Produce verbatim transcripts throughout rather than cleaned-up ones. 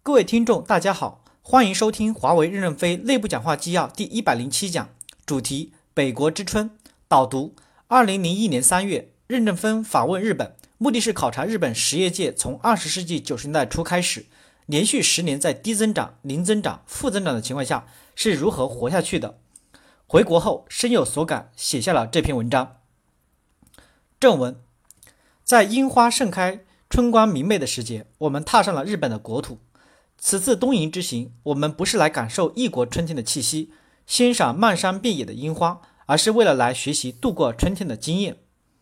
各位听众，大家好，欢迎收听华为任正非内部讲话纪要第一百零七讲，主题：北国之春。导读：二零零一年三月，任正非访问日本，目的是考察日本实业界从二十世纪九十年代初开始，连续十年在低增长、零增长、负增长的情况下是如何活下去的。回国后深有所感，写下了这篇文章。正文：在樱花盛开、春光明媚的时节，我们踏上了日本的国土。此次东瀛之行，我们不是来感受异国春天的气息，欣赏漫山遍野的樱花，而是为了来学习度过春天的经验。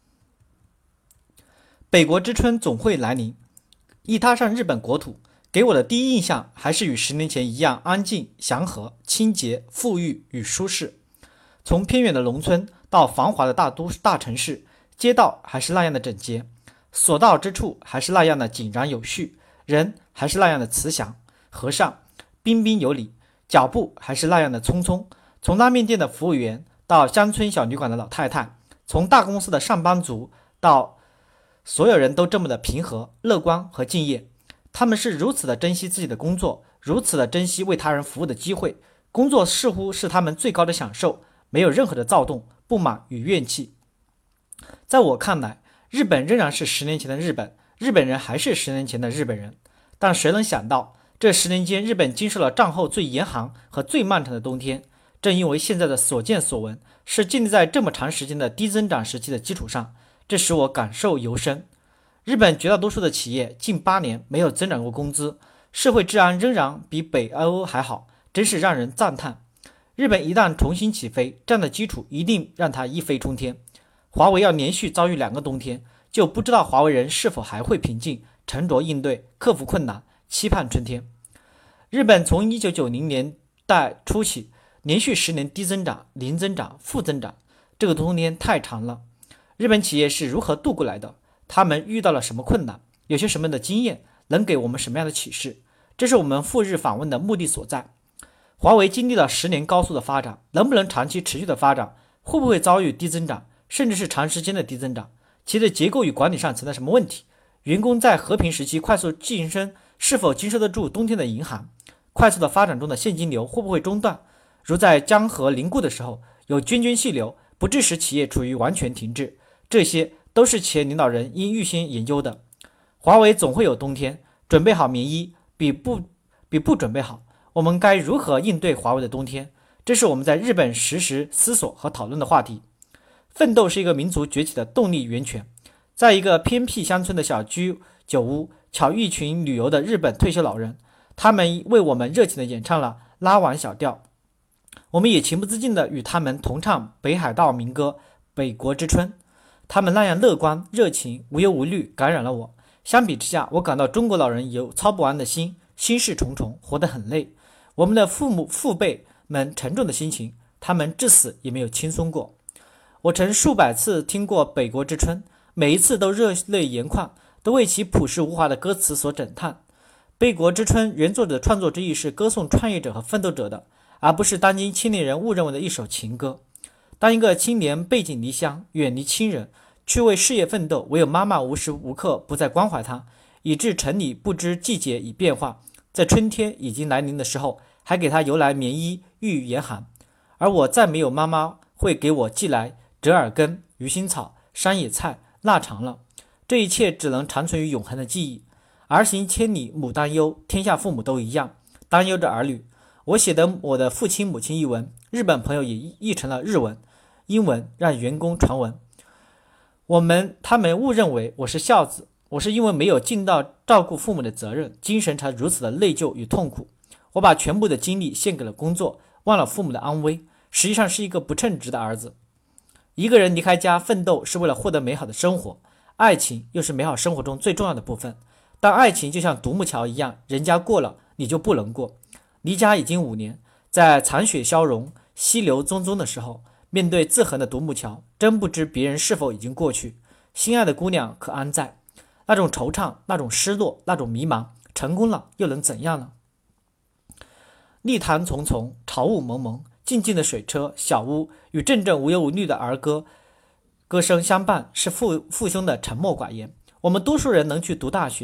北国之春总会来临，一踏上日本国土，给我的第一印象还是与十年前一样安静、祥和、清洁、富裕与舒适。从偏远的农村到繁华的大都大城市，街道还是那样的整洁，所到之处还是那样的井然有序，人还是那样的慈祥和善、彬彬有礼，脚步还是那样的匆匆。从拉面店的服务员到乡村小旅馆的老太太，从大公司的上班族到所有人都这么的平和、乐观和敬业。他们是如此的珍惜自己的工作，如此的珍惜为他人服务的机会，工作似乎是他们最高的享受，没有任何的躁动、不满与怨气。在我看来，日本仍然是十年前的日本，日本人还是十年前的日本人。但谁能想到，这十年间日本经受了战后最严寒和最漫长的冬天。正因为现在的所见所闻是建立在这么长时间的低增长时期的基础上，这使我感受尤深。日本绝大多数的企业近八年没有增长过工资，社会治安仍然比北欧还好，真是让人赞叹。日本一旦重新起飞，这样的基础一定让它一飞冲天。华为要连续遭遇两个冬天，就不知道华为人是否还会平静沉着应对，克服困难，期盼春天。日本从一九九零年代初起，连续十年低增长、零增长、负增长，这个冬天太长了。日本企业是如何度过来的？他们遇到了什么困难？有些什么的经验？能给我们什么样的启示？这是我们赴日访问的目的所在。华为经历了十年高速的发展，能不能长期持续的发展？会不会遭遇低增长，甚至是长时间的低增长？其在结构与管理上存在什么问题？员工在和平时期快速晋升，是否经受得住冬天的严寒？快速的发展中的现金流会不会中断？如在江河凝固的时候，有涓涓细流，不致使企业处于完全停滞。这些都是企业领导人应预先研究的。华为总会有冬天，准备好棉衣比不比不准备好。我们该如何应对华为的冬天？这是我们在日本实时思索和讨论的话题。奋斗是一个民族崛起的动力源泉。在一个偏僻乡村的小居酒屋，巧遇一群旅游的日本退休老人，他们为我们热情地演唱了拉碗小调，我们也情不自禁地与他们同唱北海道民歌《北国之春》。他们那样乐观、热情、无忧无虑，感染了我。相比之下，我感到中国老人有操不完的心，心事重重，活得很累。我们的父母父辈们沉重的心情，他们至死也没有轻松过。我曾数百次听过《北国之春》，每一次都热泪盈眶，都为其朴实无华的歌词所感叹。北国之春原作者的创作之意是歌颂创业者和奋斗者的，而不是当今青年人误认为的一首情歌。当一个青年背井离乡，远离亲人，去为事业奋斗，唯有妈妈无时无刻不在关怀他，以致城里不知季节已变化，在春天已经来临的时候，还给他邮来棉衣御严寒。而我再没有妈妈会给我寄来折耳根、鱼腥草、山野菜、腊肠了。这一切只能长存于永恒的记忆。儿行千里母担忧，天下父母都一样，担忧着儿女。我写的我的父亲母亲一文，日本朋友也译成了日文、英文，让员工传闻。我们他们误认为我是孝子，我是因为没有尽到照顾父母的责任，精神才如此的内疚与痛苦。我把全部的精力献给了工作，忘了父母的安危，实际上是一个不称职的儿子。一个人离开家奋斗是为了获得美好的生活，爱情又是美好生活中最重要的部分。但爱情就像独木桥一样，人家过了你就不能过。离家已经五年，在残雪消融、溪流淙淙的时候，面对自横的独木桥，真不知别人是否已经过去，心爱的姑娘可安在？那种惆怅，那种失落，那种迷茫，成功了又能怎样呢？泥潭丛丛，潮雾蒙蒙，静静的水车、小屋与阵阵无忧无虑的儿歌歌声相伴，是父父兄的沉默寡言。我们多数人能去读大学，都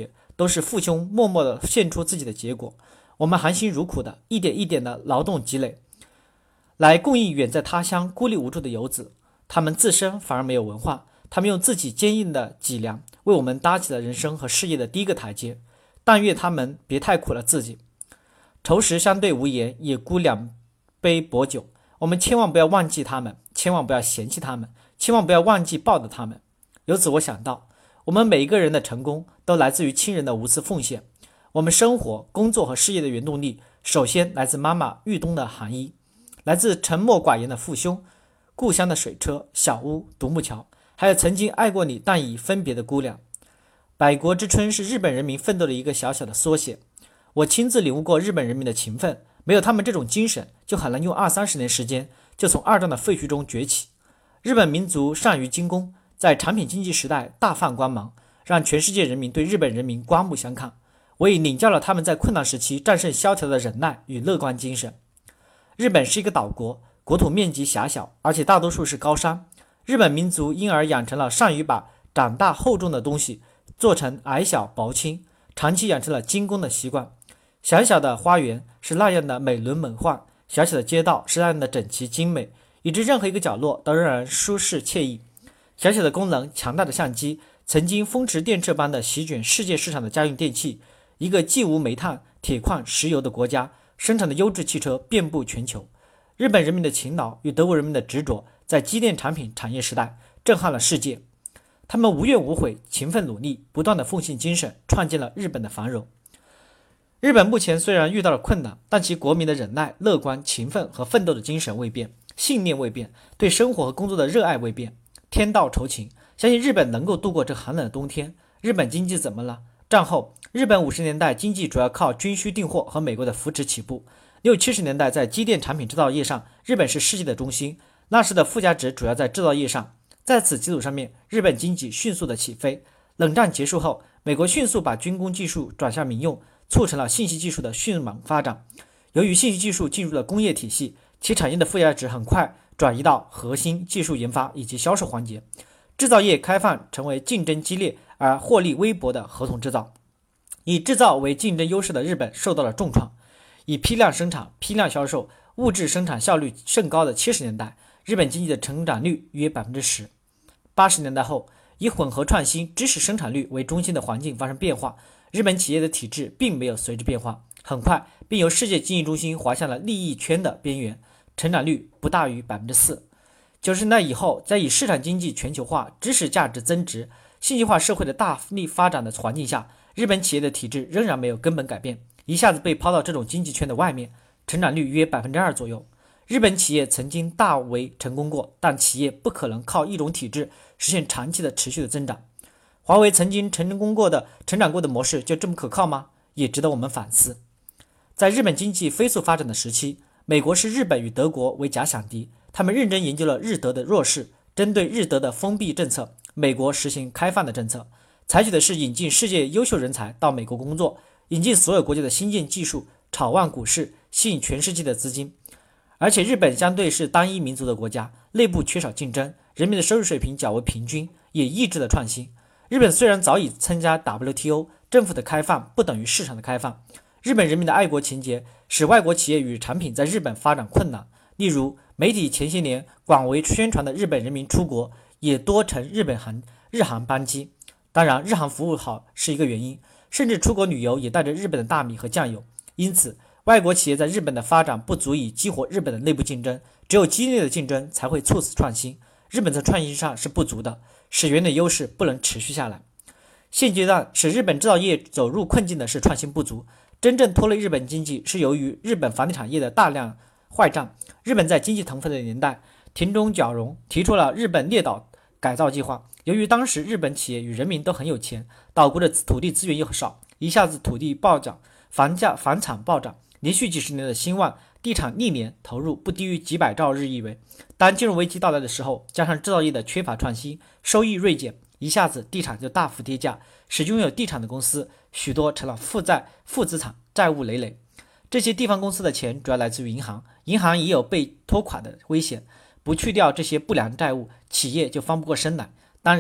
都是父兄默默地献出自己的结果。我们含辛茹苦的一点一点的劳动积累，来供应远在他乡孤立无助的游子。他们自身反而没有文化，他们用自己坚硬的脊梁为我们搭起了人生和事业的第一个台阶。但愿他们别太苦了自己。仇时相对无言，也孤两杯薄酒。我们千万不要忘记他们，千万不要嫌弃他们，千万不要忘记报答他们。由此我想到，我们每一个人的成功都来自于亲人的无私奉献。我们生活、工作和事业的原动力，首先来自妈妈玉冬的寒衣，来自沉默寡言的父兄，故乡的水车、小屋、独木桥，还有曾经爱过你但已分别的姑娘。百国之春是日本人民奋斗的一个小小的缩写。我亲自领悟过日本人民的勤奋，没有他们这种精神，就很难用二三十年时间就从二战的废墟中崛起。日本民族善于精工，在产品经济时代大放光芒，让全世界人民对日本人民刮目相看。我也领教了他们在困难时期战胜萧条的忍耐与乐观精神。日本是一个岛国，国土面积狭小，而且大多数是高山。日本民族因而养成了善于把长大厚重的东西做成矮小薄轻，长期养成了精工的习惯。小小的花园是那样的美轮美奂，小小的街道是那样的整齐精美，以致任何一个角落都让人舒适惬意。小小的功能强大的相机曾经风驰电掣般的席卷世界市场的家用电器。一个既无煤炭、铁矿、石油的国家，生产的优质汽车遍布全球。日本人民的勤劳与德国人民的执着，在机电产品产业时代震撼了世界。他们无怨无悔，勤奋努力，不断的奉献精神，创建了日本的繁荣。日本目前虽然遇到了困难，但其国民的忍耐、乐观、勤奋和奋斗的精神未变，信念未变，对生活和工作的热爱未变。天道酬勤，相信日本能够度过这寒冷的冬天。日本经济怎么了？战后，日本五十年代经济主要靠军需订货和美国的扶持起步。六七十年代，在机电产品制造业上，日本是世界的中心，那时的附加值主要在制造业上。在此基础上面，日本经济迅速的起飞。冷战结束后，美国迅速把军工技术转向民用，促成了信息技术的迅猛发展。由于信息技术进入了工业体系，其产业的附加值很快转移到核心技术研发以及销售环节。制造业开放成为竞争激烈而获利微薄的合同制造。以制造为竞争优势的日本受到了重创。以批量生产、批量销售、物质生产效率甚高的七十年代，日本经济的成长率约 百分之十。八十年代后，以混合创新、知识生产率为中心的环境发生变化，日本企业的体制并没有随之变化，很快便由世界经济中心滑向了利益圈的边缘，成长率不大于 百分之四。九十年代以后，在以市场经济全球化、知识价值增值、信息化社会的大力发展的环境下，日本企业的体制仍然没有根本改变，一下子被抛到这种经济圈的外面，成长率约 百分之二 左右。日本企业曾经大为成功过，但企业不可能靠一种体制实现长期的持续的增长。华为曾经成功过的成长过的模式就这么可靠吗？也值得我们反思。在日本经济飞速发展的时期，美国视日本与德国为假想敌，他们认真研究了日德的弱势，针对日德的封闭政策，美国实行开放的政策，采取的是引进世界优秀人才到美国工作，引进所有国家的新建技术，炒旺股市，吸引全世界的资金。而且日本相对是单一民族的国家，内部缺少竞争，人民的收入水平较为平均，也抑制了创新。日本虽然早已参加 W T O， 政府的开放不等于市场的开放。日本人民的爱国情节使外国企业与产品在日本发展困难。例如，媒体前些年广为宣传的日本人民出国，也多乘日本航日航班机。当然，日航服务好是一个原因，甚至出国旅游也带着日本的大米和酱油。因此，外国企业在日本的发展不足以激活日本的内部竞争，只有激烈的竞争才会促使创新。日本在创新上是不足的，使原有优势不能持续下来。现阶段使日本制造业走入困境的是创新不足，真正拖累日本经济是由于日本房地产业的大量坏账。日本在经济腾飞的年代，田中角荣提出了日本列岛改造计划。由于当时日本企业与人民都很有钱，岛国的土地资源又少，一下子土地暴涨，房价房产暴涨，连续几十年的兴旺，地产历年投入不低于几百兆日元。当金融危机到来的时候，加上制造业的缺乏创新，收益锐减，一下子地产就大幅跌价，使拥有地产的公司许多成了负债、负资产，债务累累。这些地方公司的钱主要来自于银行，银行也有被拖垮的危险，不去掉这些不良债务，企业就翻不过身来。当然，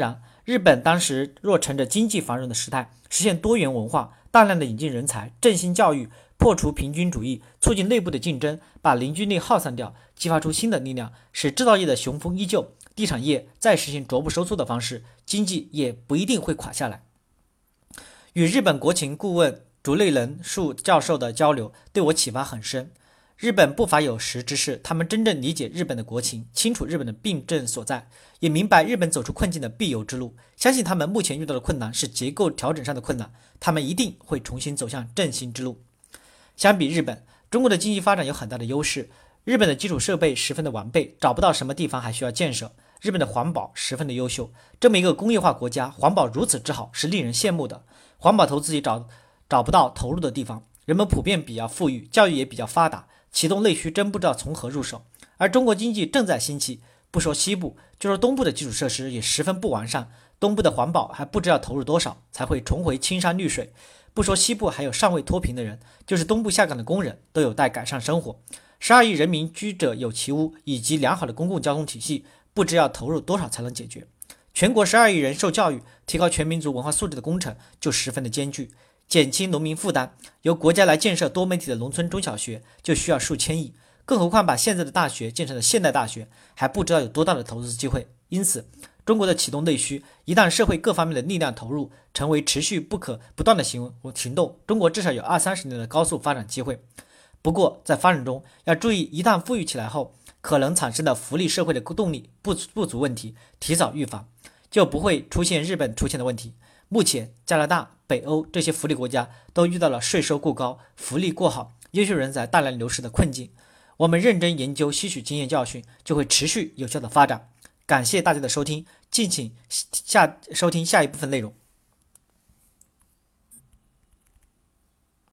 日本当时若乘着经济繁荣的时代，实现多元文化，大量的引进人才，振兴教育，破除平均主义，促进内部的竞争，把凝聚力耗散掉，激发出新的力量，使制造业的雄风依旧，地产业再实行逐步收缩的方式，经济也不一定会垮下来。与日本国情顾问竹内人树教授的交流对我启发很深。日本不乏有识之士，他们真正理解日本的国情，清楚日本的病症所在，也明白日本走出困境的必由之路，相信他们目前遇到的困难是结构调整上的困难，他们一定会重新走向振兴之路。相比日本，中国的经济发展有很大的优势。日本的基础设备十分的完备，找不到什么地方还需要建设。日本的环保十分的优秀，这么一个工业化国家，环保如此之好，是令人羡慕的。环保投资也找找不到投入的地方，人们普遍比较富裕，教育也比较发达，启动内需真不知道从何入手。而中国经济正在兴起，不说西部，就说东部的基础设施也十分不完善，东部的环保还不知道投入多少才会重回青山绿水。不说西部还有尚未脱贫的人，就是东部下岗的工人都有待改善生活。十二亿人民居者有其屋，以及良好的公共交通体系，不知要投入多少才能解决。全国十二亿人受教育，提高全民族文化素质的工程就十分的艰巨。减轻农民负担，由国家来建设多媒体的农村中小学就需要数千亿，更何况把现在的大学建成了现代大学，还不知道有多大的投资机会。因此，中国的启动内需，一旦社会各方面的力量投入，成为持续不可不断的行行动，中国至少有二三十年的高速发展机会。不过，在发展中要注意，一旦富裕起来后，可能产生的福利社会的动力不不足问题，提早预防，就不会出现日本出现的问题。目前，加拿大、北欧这些福利国家都遇到了税收过高、福利过好、优秀人才大量流失的困境。我们认真研究、吸取经验教训，就会持续有效的发展。感谢大家的收听，敬请下收听下一部分内容。